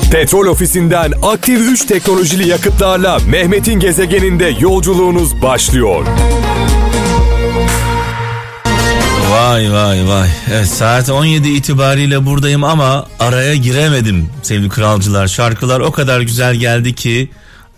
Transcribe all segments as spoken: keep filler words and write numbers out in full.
Petrol Ofisi'nden aktif üç teknolojili yakıtlarla Mehmet'in gezegeninde yolculuğunuz başlıyor. Vay vay vay. Evet, saat on yedi itibariyle buradayım ama araya giremedim sevgili kralcılar. Şarkılar o kadar güzel geldi ki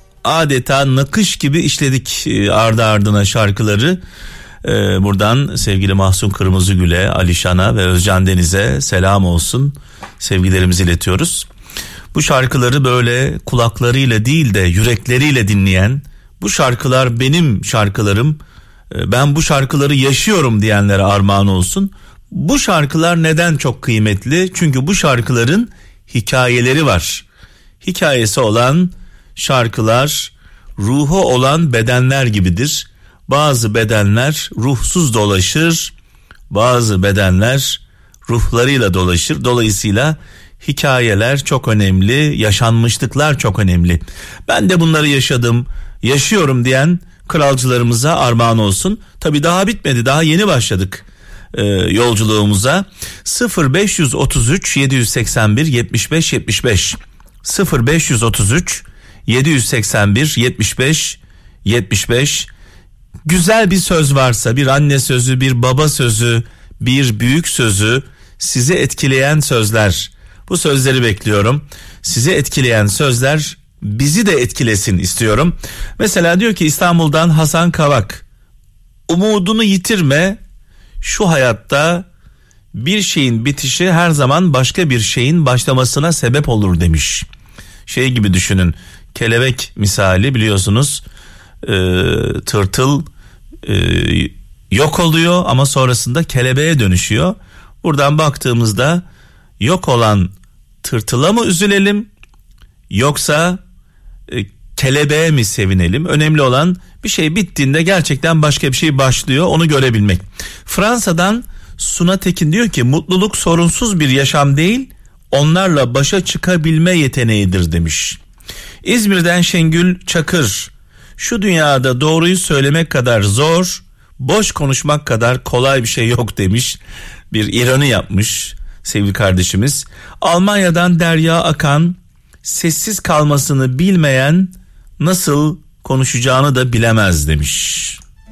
adeta nakış gibi işledik ardı ardına şarkıları. Ee, buradan sevgili Mahsun Kırmızıgül'e, Alişan'a ve Özcan Deniz'e selam olsun. Sevgilerimizi iletiyoruz. Bu şarkıları böyle kulaklarıyla değil de yürekleriyle dinleyen, bu şarkılar benim şarkılarım, ben bu şarkıları yaşıyorum diyenlere armağan olsun. Bu şarkılar neden çok kıymetli? Çünkü bu şarkıların hikayeleri var. Hikayesi olan şarkılar ruhu olan bedenler gibidir. Bazı bedenler ruhsuz dolaşır, bazı bedenler ruhlarıyla dolaşır. Dolayısıyla hikayeler çok önemli, yaşanmışlıklar çok önemli. Ben de bunları yaşadım, yaşıyorum diyen kralcılarımıza armağan olsun. Tabii daha bitmedi, daha yeni başladık e, yolculuğumuza. sıfır beş otuz üç yedi seksen bir yetmiş beş yetmiş beş sıfır beş otuz üç yedi seksen bir yetmiş beş yetmiş beş. Güzel bir söz varsa, bir anne sözü, bir baba sözü, bir büyük sözü, sizi etkileyen sözler, bu sözleri bekliyorum. Sizi etkileyen sözler bizi de etkilesin istiyorum. Mesela diyor ki İstanbul'dan Hasan Kavak, umudunu yitirme, şu hayatta bir şeyin bitişi her zaman başka bir şeyin başlamasına sebep olur demiş. Şey gibi düşünün, kelebek misali, biliyorsunuz e, tırtıl e, yok oluyor ama sonrasında kelebeğe dönüşüyor. Buradan baktığımızda yok olan tırtıla mı üzülelim yoksa e, kelebeğe mi sevinelim? Önemli olan bir şey bittiğinde gerçekten başka bir şey başlıyor, onu görebilmek. Fransa'dan Suna Tekin diyor ki mutluluk sorunsuz bir yaşam değil, onlarla başa çıkabilme yeteneğidir demiş. İzmir'den Şengül Çakır, şu dünyada doğruyu söylemek kadar zor, boş konuşmak kadar kolay bir şey yok demiş. Bir ironi yapmış sevgili kardeşimiz. Almanya'dan Derya Akan, sessiz kalmasını bilmeyen nasıl konuşacağını da bilemez demiş.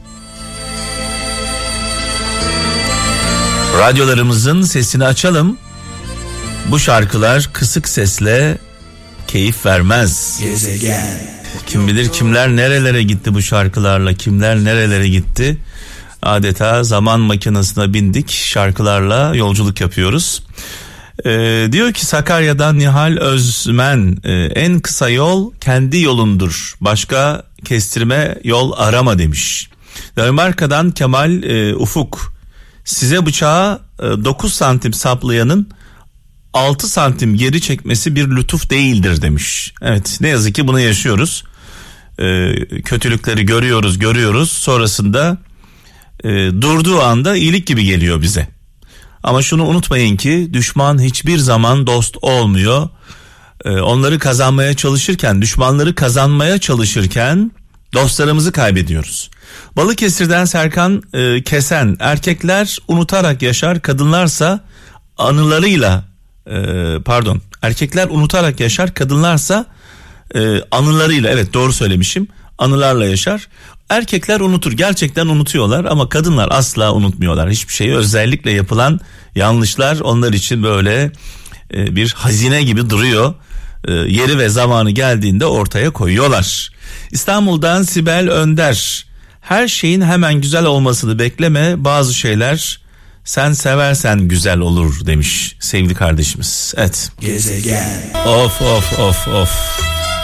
Radyolarımızın sesini açalım. Bu şarkılar kısık sesle keyif vermez. Gezegen. Kim bilir kimler nerelere gitti bu şarkılarla, kimler nerelere gitti. Adeta zaman makinesine bindik, şarkılarla yolculuk yapıyoruz. Ee, diyor ki Sakarya'dan Nihal Özmen, e, en kısa yol kendi yolundur, başka kestirme yol arama demiş. Danimarka'dan Kemal e, Ufuk, size bıçağı e, dokuz santim saplayanın altı santim geri çekmesi bir lütuf değildir demiş. Evet, ne yazık ki bunu yaşıyoruz. Ee, kötülükleri görüyoruz görüyoruz sonrasında e, durduğu anda iyilik gibi geliyor bize. Ama şunu unutmayın ki düşman hiçbir zaman dost olmuyor. Ee, onları kazanmaya çalışırken, düşmanları kazanmaya çalışırken dostlarımızı kaybediyoruz. Balıkesir'den Serkan e, Kesen, erkekler unutarak yaşar, kadınlarsa anılarıyla e, pardon erkekler unutarak yaşar, kadınlarsa e, anılarıyla, evet doğru söylemişim, anılarla yaşar. Erkekler unutur, gerçekten unutuyorlar ama kadınlar asla unutmuyorlar hiçbir şeyi. Özellikle yapılan yanlışlar onlar için böyle e, bir hazine gibi duruyor. E, yeri ve zamanı geldiğinde ortaya koyuyorlar. İstanbul'dan Sibel Önder, her şeyin hemen güzel olmasını bekleme, bazı şeyler sen seversen güzel olur demiş sevgili kardeşimiz. Evet. Gezegen. Of of of of.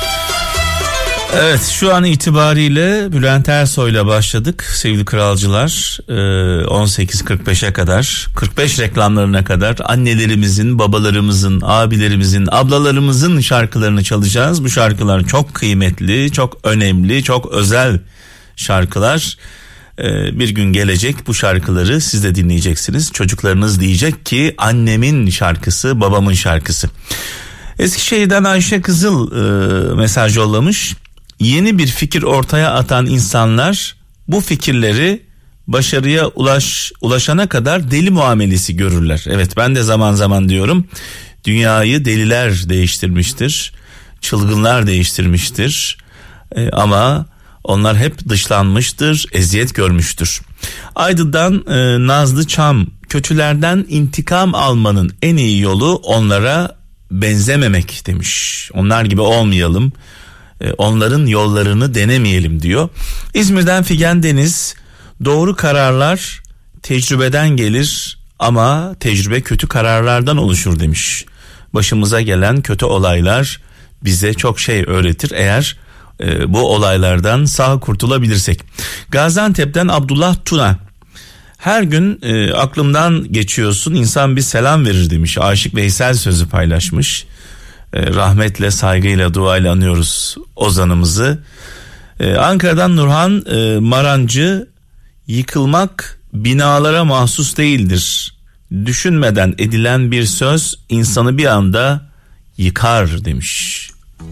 Evet, şu an itibariyle Bülent Ersoy'la başladık sevgili kralcılar. on sekiz kırk beşe kadar, kırk beş reklamlarına kadar annelerimizin, babalarımızın, abilerimizin, ablalarımızın şarkılarını çalacağız. Bu şarkılar çok kıymetli, çok önemli, çok özel şarkılar. Bir gün gelecek, bu şarkıları siz de dinleyeceksiniz. Çocuklarınız diyecek ki annemin şarkısı, babamın şarkısı. Eskişehir'den Ayşe Kızıl e, mesaj yollamış. Yeni bir fikir ortaya atan insanlar bu fikirleri başarıya ulaş ulaşana kadar deli muamelesi görürler. Evet, ben de zaman zaman diyorum, Dünyayı deliler değiştirmiştir, çılgınlar değiştirmiştir. E, ama onlar hep dışlanmıştır, eziyet görmüştür. Aydın'dan e, Nazlı Çam, kötülerden intikam almanın en iyi yolu onlara benzememek demiş. Onlar gibi olmayalım, e, onların yollarını denemeyelim diyor. İzmir'den Figen Deniz, doğru kararlar tecrübeden gelir ama tecrübe kötü kararlardan oluşur demiş. Başımıza gelen kötü olaylar bize çok şey öğretir eğer e, bu olaylardan sağ kurtulabilirsek. Gaziantep'ten Abdullah Tuna, her gün e, aklımdan geçiyorsun, insan bir selam verir demiş. Aşık Veysel sözü paylaşmış. E, rahmetle, saygıyla, duayla anıyoruz ozanımızı. E, Ankara'dan Nurhan e, Marancı, yıkılmak binalara mahsus değildir. Düşünmeden edilen bir söz insanı bir anda yıkar demiş.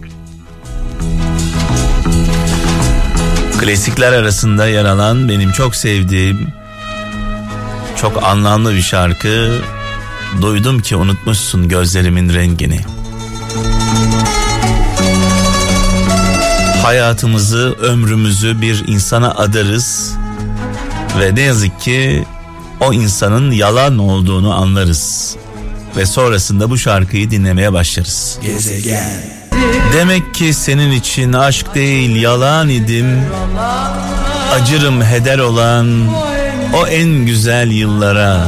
Klasikler arasında yer alan benim çok sevdiğim, çok anlamlı bir şarkı. Duydum ki unutmuşsun gözlerimin rengini. Hayatımızı, ömrümüzü bir insana adarız ve ne yazık ki o insanın yalan olduğunu anlarız ve sonrasında bu şarkıyı dinlemeye başlarız. Gezegen. Demek ki senin için aşk değil yalan idim, acırım heder olan o en güzel yıllara.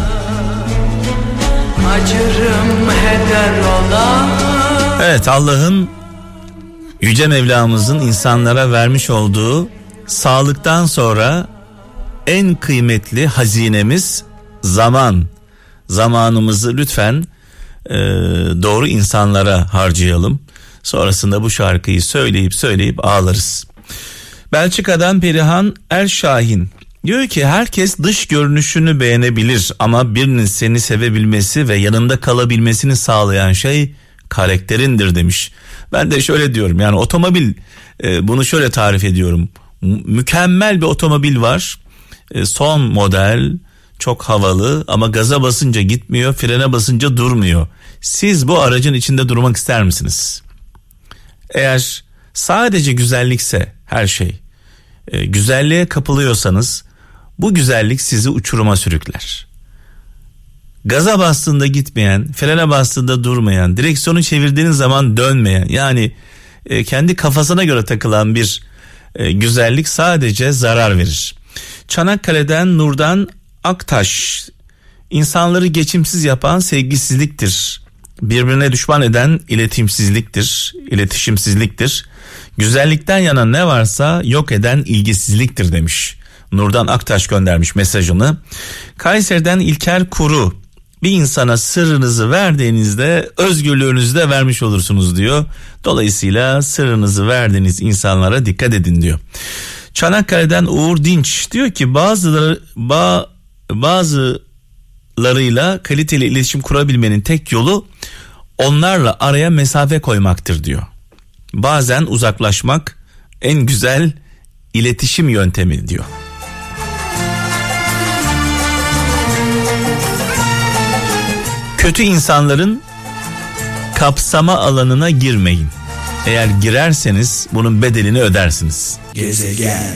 Acırım heder olan. Evet, Allah'ın, Yüce Mevlamızın insanlara vermiş olduğu sağlıktan sonra en kıymetli hazinemiz zaman. Zamanımızı lütfen e, doğru insanlara harcayalım. Sonrasında bu şarkıyı söyleyip söyleyip ağlarız. Belçika'dan Perihan Erşahin diyor ki herkes dış görünüşünü beğenebilir ama birinin seni sevebilmesi ve yanında kalabilmesini sağlayan şey karakterindir demiş. Ben de şöyle diyorum, yani otomobil, e, bunu şöyle tarif ediyorum. M- mükemmel bir otomobil var. E, son model, çok havalı ama gaza basınca gitmiyor, frene basınca durmuyor. Siz bu aracın içinde durmak ister misiniz? Eğer sadece güzellikse her şey, e, güzelliğe kapılıyorsanız bu güzellik sizi uçuruma sürükler. Gaza bastığında gitmeyen, frene bastığında durmayan, direksiyonu çevirdiğiniz zaman dönmeyen, yani e, kendi kafasına göre takılan bir e, güzellik sadece zarar verir. Çanakkale'den Nurdan Aktaş, insanları geçimsiz yapan sevgisizliktir. Birbirine düşman eden iletişimsizliktir, iletişimsizliktir. Güzellikten yana ne varsa yok eden ilgisizliktir demiş. Nurdan Aktaş göndermiş mesajını. Kayseri'den İlker Kuru, bir insana sırrınızı verdiğinizde özgürlüğünüzü de vermiş olursunuz diyor. Dolayısıyla sırrınızı verdiğiniz insanlara dikkat edin diyor. Çanakkale'den Uğur Dinç diyor ki bazıları ba, bazılarıyla kaliteli iletişim kurabilmenin tek yolu onlarla araya mesafe koymaktır diyor. Bazen uzaklaşmak en güzel iletişim yöntemi diyor. Kötü insanların kapsama alanına girmeyin. Eğer girerseniz bunun bedelini ödersiniz. Gezegen.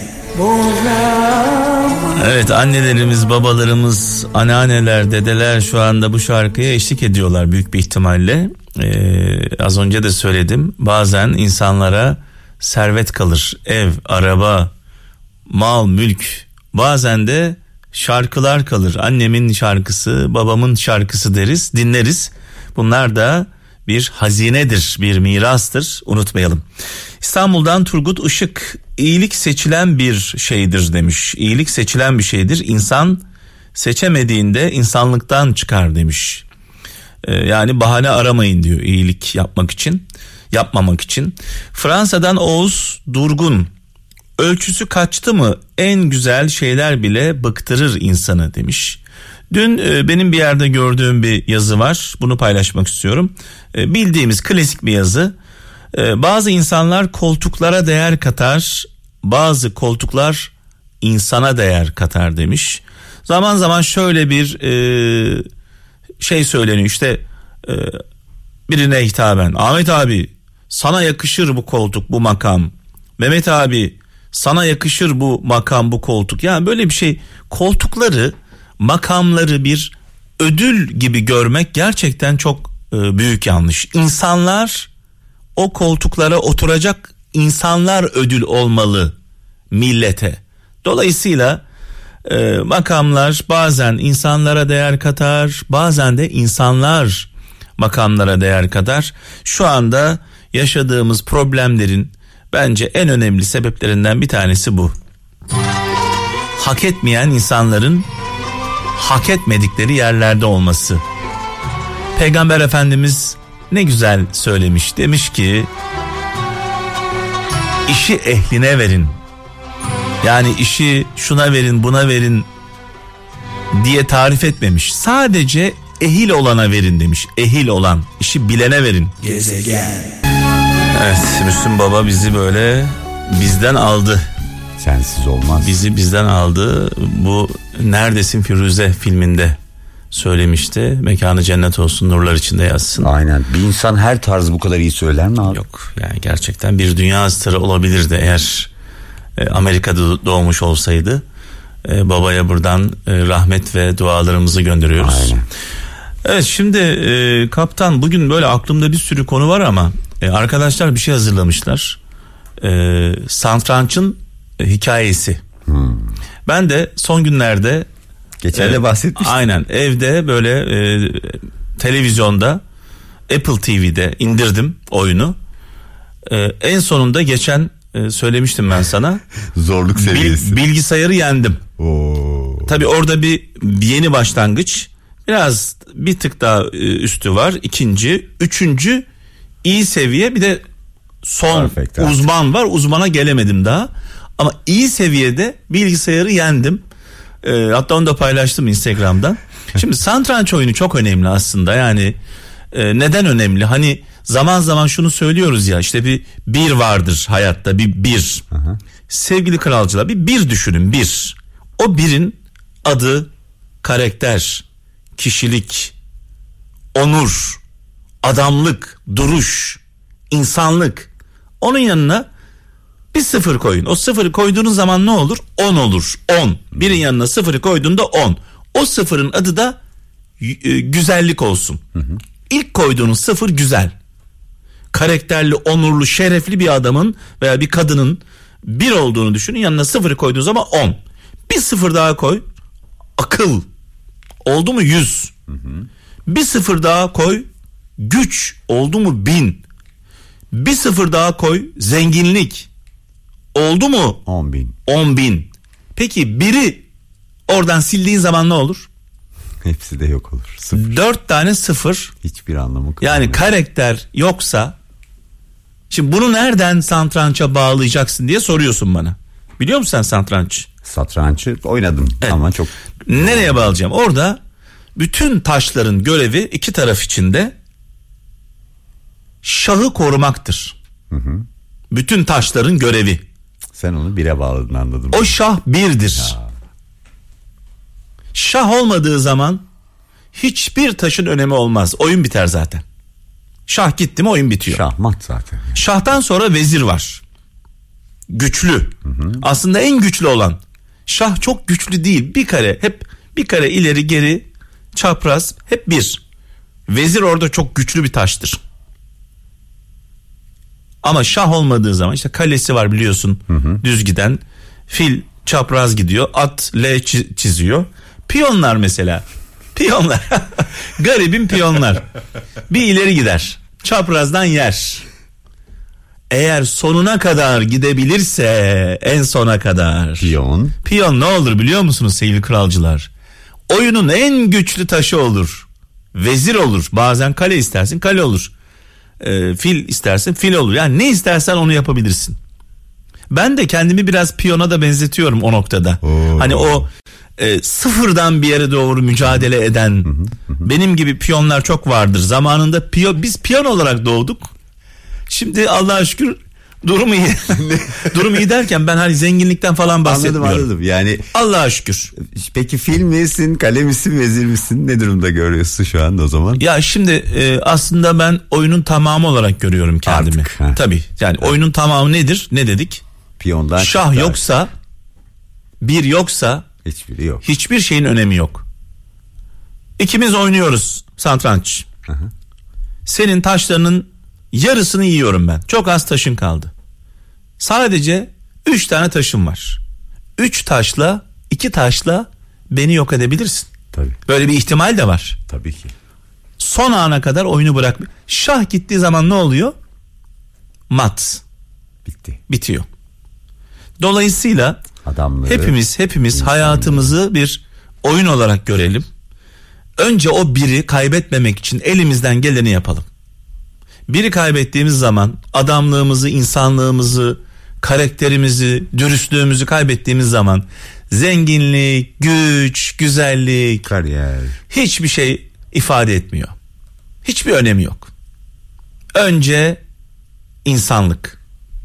Evet, annelerimiz, babalarımız, anneanneler, dedeler şu anda bu şarkıya eşlik ediyorlar büyük bir ihtimalle. Ee, az önce de söyledim. Bazen insanlara servet kalır. Ev, araba, mal, mülk. Bazen de şarkılar kalır. Annemin şarkısı, babamın şarkısı deriz, dinleriz. Bunlar da bir hazinedir, bir mirastır, unutmayalım. İstanbul'dan Turgut Işık, iyilik seçilen bir şeydir demiş. İyilik seçilen bir şeydir. İnsan seçemediğinde insanlıktan çıkar demiş. Ee, yani bahane aramayın diyor iyilik yapmak için, yapmamak için. Fransa'dan Oğuz Durgun, ölçüsü kaçtı mı en güzel şeyler bile bıktırır insanı demiş. Dün e, benim bir yerde gördüğüm bir yazı var. Bunu paylaşmak istiyorum. E, bildiğimiz klasik bir yazı. E, bazı insanlar koltuklara değer katar, bazı koltuklar insana değer katar demiş. Zaman zaman şöyle bir e, şey söyleniyor. İşte e, birine hitaben, Ahmet abi sana yakışır bu koltuk, bu makam. Mehmet abi sana yakışır bu makam, bu koltuk. Yani böyle bir şey, koltukları, makamları bir ödül gibi görmek gerçekten çok e, büyük yanlış. İnsanlar, o koltuklara oturacak insanlar ödül olmalı millete. Dolayısıyla e, makamlar bazen insanlara değer katar, bazen de insanlar makamlara değer katar. Şu anda yaşadığımız problemlerin bence en önemli sebeplerinden bir tanesi bu. Hak etmeyen insanların hak etmedikleri yerlerde olması. Peygamber Efendimiz ne güzel söylemiş, demiş ki işi ehline verin. Yani işi şuna verin, buna verin diye tarif etmemiş. Sadece ehil olana verin demiş. Ehil olan, işi bilene verin. Gezegen. Evet, Müslüm Baba bizi böyle bizden aldı. Sensiz olmaz. Bizi bizden aldı. Bu Neredesin Firuze filminde söylemişti. Mekanı cennet olsun, nurlar içinde yatsın. Aynen. Bir insan her tarzı bu kadar iyi söyler mi abi? Yok yani, gerçekten bir dünya starı olabilirdi eğer e, Amerika'da doğmuş olsaydı. E, babaya buradan e, rahmet ve dualarımızı gönderiyoruz. Aynen. Evet, şimdi e, kaptan, bugün böyle aklımda bir sürü konu var ama e, arkadaşlar bir şey hazırlamışlar. E, Satranç'ın e, hikayesi. Hmm. Ben de son günlerde geçen de e, bahsetmiştim. Aynen, evde böyle e, televizyonda Apple T V'de indirdim oyunu. E, en sonunda geçen e, söylemiştim ben sana. Zorluk seviyesi. Bil, bilgisayarı yendim. Oo. Tabii orada bir, bir yeni başlangıç. Biraz bir tık daha üstü var. İkinci, üçüncü iyi seviye, bir de son Perfect, uzman evet. var. Uzmana gelemedim daha. Ama iyi seviyede bilgisayarı yendim. E, hatta onu da paylaştım Instagram'dan. Şimdi satranç oyunu çok önemli aslında. Yani e, neden önemli? Hani zaman zaman şunu söylüyoruz ya, işte bir bir vardır hayatta, bir bir. Aha. Sevgili kralcılar, bir bir düşünün, bir. O birin adı karakter, kişilik, onur, adamlık, duruş, insanlık. Onun yanına bir sıfır koyun. O sıfırı koyduğunuz zaman ne olur? on olur. on. Birin yanına sıfırı koyduğunda on. O sıfırın adı da e, güzellik olsun. Hı hı. İlk koyduğunuz sıfır güzel. Karakterli, onurlu, şerefli bir adamın veya bir kadının bir olduğunu düşünün. Yanına sıfırı koyduğunuz zaman on. Bir sıfır daha koy. Akıl. Oldu mu yüz. Hı hı. Bir sıfır daha koy. Güç. Oldu mu bin. Bir sıfır daha koy. Zenginlik. Oldu mu? On bin. On bin. Peki biri oradan sildiğin zaman ne olur? Hepsi de yok olur. Sıfır. Dört tane sıfır. Hiçbir anlamı yok. Yani karakter yoksa, şimdi bunu nereden satrança bağlayacaksın diye soruyorsun bana. Biliyor musun sen satranç? Satrançı oynadım evet. Ama çok... Nereye bağlayacağım? Orada bütün taşların görevi iki taraf içinde şahı korumaktır. Hı hı. Bütün taşların görevi. Sen onu bire bağladın, anladım. O şah birdir. Ya. Şah olmadığı zaman hiçbir taşın önemi olmaz. Oyun biter zaten. Şah gitti mi oyun bitiyor. Şahmat zaten. Şahtan sonra vezir var. Güçlü. Hı hı. Aslında en güçlü olan. Şah çok güçlü değil. Bir kare, hep bir kare ileri geri, çapraz, hep bir. Vezir orada çok güçlü bir taştır. Ama şah olmadığı zaman işte kalesi var biliyorsun, hı hı. düz giden, fil çapraz gidiyor, at L çiziyor. Piyonlar mesela. Piyonlar. Garibim piyonlar. Bir ileri gider. Çaprazdan yer. Eğer sonuna kadar gidebilirse, en sona kadar. Piyon. Piyon ne olur biliyor musunuz sevgili kralcılar? Oyunun en güçlü taşı olur. Vezir olur. Bazen kale istersin, kale olur. E, fil istersin, fil olur. Yani ne istersen onu yapabilirsin. Ben de kendimi biraz piyona da benzetiyorum o noktada. Oo. Hani o e, sıfırdan bir yere doğru mücadele eden, hı hı hı. benim gibi piyonlar çok vardır. Zamanında piyo, biz piyon olarak doğduk. Şimdi Allah'a şükür Durum iyi. Durum iyi derken ben hani zenginlikten falan bahsetmiyorum. Anladım anladım yani. Allah'a şükür. Peki film misin, kale misin, vezir misin? Ne durumda görüyorsun şu anda o zaman? Ya şimdi e, aslında ben oyunun tamamı olarak görüyorum kendimi. Artık, ha. Tabii yani ha. Oyunun tamamı nedir? Ne dedik? Piyondan şah çıktı. yoksa, bir yoksa hiçbiri yok. Hiçbir şeyin önemi yok. İkimiz oynuyoruz satranç. Hı hı. Senin taşlarının yarısını yiyorum ben. Çok az taşın kaldı. Sadece üç tane taşım var. Üç taşla, iki taşla beni yok edebilirsin. Tabii. Böyle bir ihtimal de var. Tabii ki. Son ana kadar oyunu bırak. Şah gittiği zaman ne oluyor? Mat. Bitti. Bitiyor. Dolayısıyla adamları, hepimiz hepimiz insanları, hayatımızı bir oyun olarak görelim. Önce o biri kaybetmemek için elimizden geleni yapalım. Biri kaybettiğimiz zaman adamlığımızı, insanlığımızı, karakterimizi, dürüstlüğümüzü kaybettiğimiz zaman zenginlik, güç, güzellik, kariyer hiçbir şey ifade etmiyor. Hiçbir önemi yok. Önce insanlık.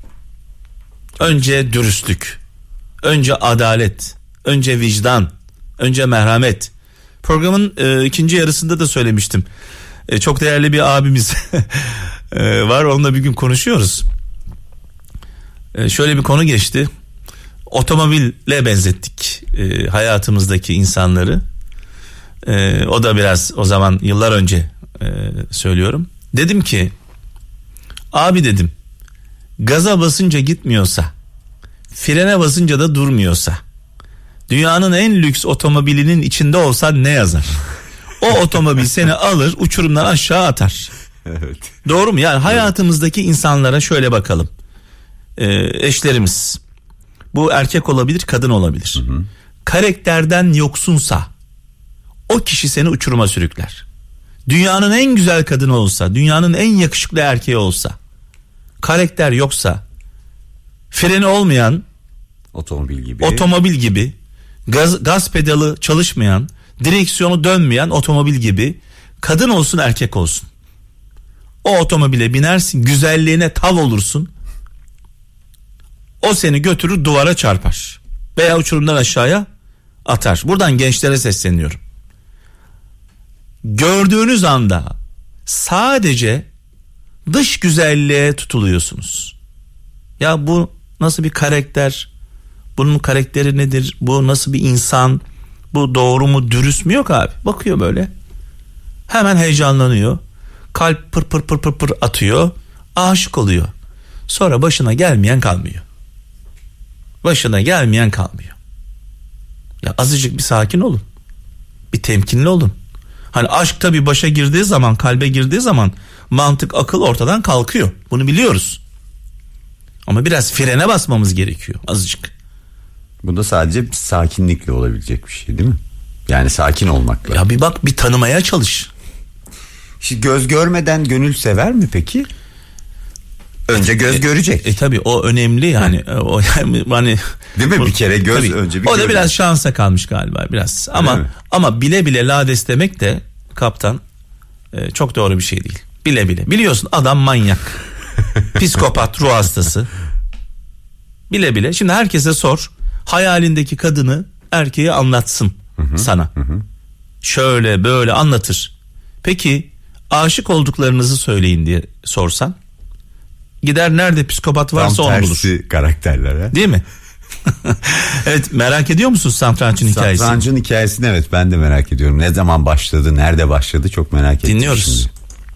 Önce dürüstlük. Önce adalet. Önce vicdan. Önce merhamet. Programın e, ikinci yarısında da söylemiştim. E, çok değerli bir abimiz e, var. Onunla bir gün konuşuyoruz. E, şöyle bir konu geçti. Otomobille benzettik e, hayatımızdaki insanları. E, o da biraz o zaman yıllar önce e, söylüyorum. Dedim ki abi dedim gaza basınca gitmiyorsa, frene basınca da durmuyorsa, dünyanın en lüks otomobilinin içinde olsan ne yazar? O otomobil seni alır uçurumdan aşağı atar. Evet. Doğru mu? Yani hayatımızdaki insanlara şöyle bakalım. Ee, eşlerimiz, bu erkek olabilir, kadın olabilir. Hı hı. Karakterden yoksunsa o kişi seni uçuruma sürükler. Dünyanın en güzel kadını olsa, dünyanın en yakışıklı erkeği olsa, karakter yoksa, freni olmayan otomobil gibi, otomobil gibi, gaz, gaz pedalı çalışmayan, direksiyonu dönmeyen otomobil gibi, kadın olsun erkek olsun, o otomobile binersin, güzelliğine tav olursun, o seni götürür duvara çarpar veya uçurumdan aşağıya atar. Buradan gençlere sesleniyorum. Gördüğünüz anda sadece dış güzelliğe tutuluyorsunuz. Ya bu nasıl bir karakter? Bunun karakteri nedir? Bu nasıl bir insan? Bu doğru mu, dürüst mü? Yok abi. Bakıyor böyle. Hemen heyecanlanıyor. Kalp pır pır pır pır pır atıyor. Aşık oluyor. Sonra başına gelmeyen kalmıyor. Başına gelmeyen kalmıyor. Ya azıcık bir sakin olun. Bir temkinli olun. Hani aşk tabii başa girdiği zaman, kalbe girdiği zaman mantık, akıl ortadan kalkıyor. Bunu biliyoruz. Ama biraz frene basmamız gerekiyor azıcık. Bu da sadece sakinlikle olabilecek bir şey değil mi? Yani sakin olmakla. Ya bir bak, bir tanımaya çalış. Şimdi göz görmeden gönül sever mi peki? Önce göz e, görecek. E tabii o önemli yani. o yani hani değil mi? Bir kere göz tabii, önce bir. O da görecek. Biraz şansa kalmış galiba biraz. Ama ama bile bile lades demek de kaptan e, çok doğru bir şey değil. Bile bile. Biliyorsun adam manyak. Psikopat, ruh hastası. Bile bile. Şimdi herkese sor. Hayalindeki kadını erkeğe anlatsın hı hı, sana. Hı hı. Şöyle böyle anlatır. Peki aşık olduklarınızı söyleyin diye sorsan, gider nerede psikopat varsa tam onu bulur. Tam tersi karakterler ha? Değil mi? Evet, merak ediyor musun satrançın hikayesini? Satrançın hikayesini evet ben de merak ediyorum. Ne zaman başladı, nerede başladı çok merak ettim. Dinliyoruz. Şimdi.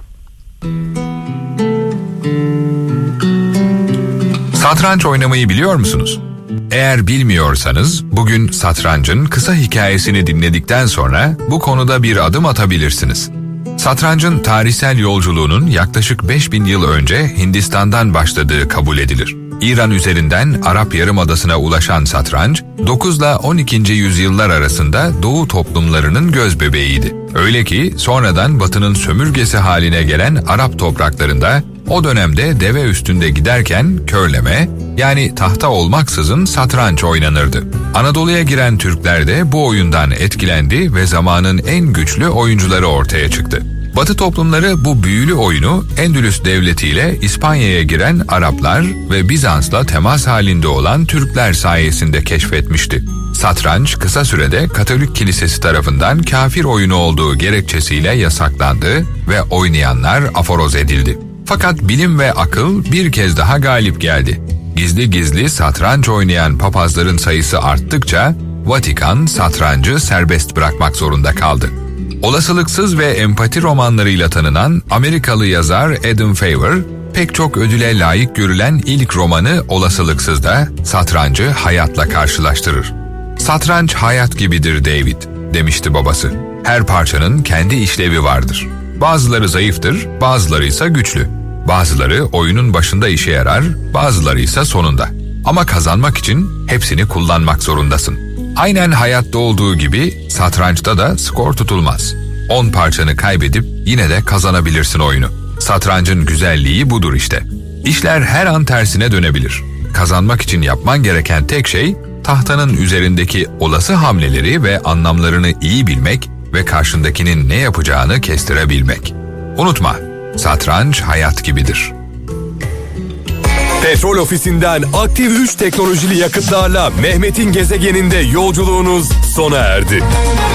Satranç oynamayı biliyor musunuz? Eğer bilmiyorsanız bugün satrancın kısa hikayesini dinledikten sonra bu konuda bir adım atabilirsiniz. Satrancın tarihsel yolculuğunun yaklaşık beş bin yıl önce Hindistan'dan başladığı kabul edilir. İran üzerinden Arap Yarımadası'na ulaşan satranç, dokuz ile on ikinci yüzyıllar arasında Doğu toplumlarının gözbebeğiydi. Öyle ki sonradan Batı'nın sömürgesi haline gelen Arap topraklarında o dönemde deve üstünde giderken körleme, yani tahta olmaksızın satranç oynanırdı. Anadolu'ya giren Türkler de bu oyundan etkilendi ve zamanın en güçlü oyuncuları ortaya çıktı. Batı toplumları bu büyülü oyunu Endülüs Devleti ile İspanya'ya giren Araplar ve Bizans'la temas halinde olan Türkler sayesinde keşfetmişti. Satranç kısa sürede Katolik Kilisesi tarafından kafir oyunu olduğu gerekçesiyle yasaklandı ve oynayanlar aforoz edildi. Fakat bilim ve akıl bir kez daha galip geldi. Gizli gizli satranç oynayan papazların sayısı arttıkça Vatikan satrancı serbest bırakmak zorunda kaldı. Olasılıksız ve empati romanlarıyla tanınan Amerikalı yazar Adam Favor, pek çok ödüle layık görülen ilk romanı Olasılıksız'da satrancı hayatla karşılaştırır. "Satranç hayat gibidir David," demişti babası. "Her parçanın kendi işlevi vardır. Bazıları zayıftır, bazıları ise güçlü. Bazıları oyunun başında işe yarar, bazıları ise sonunda. Ama kazanmak için hepsini kullanmak zorundasın. Aynen hayatta olduğu gibi satrançta da skor tutulmaz. on parçanı kaybedip yine de kazanabilirsin oyunu. Satrancın güzelliği budur işte. İşler her an tersine dönebilir. Kazanmak için yapman gereken tek şey tahtanın üzerindeki olası hamleleri ve anlamlarını iyi bilmek ve karşındakinin ne yapacağını kestirebilmek. Unutma, satranç hayat gibidir." Petrol Ofisi'nden aktif üç teknolojili yakıtlarla Mehmet'in gezegeninde yolculuğunuz sona erdi.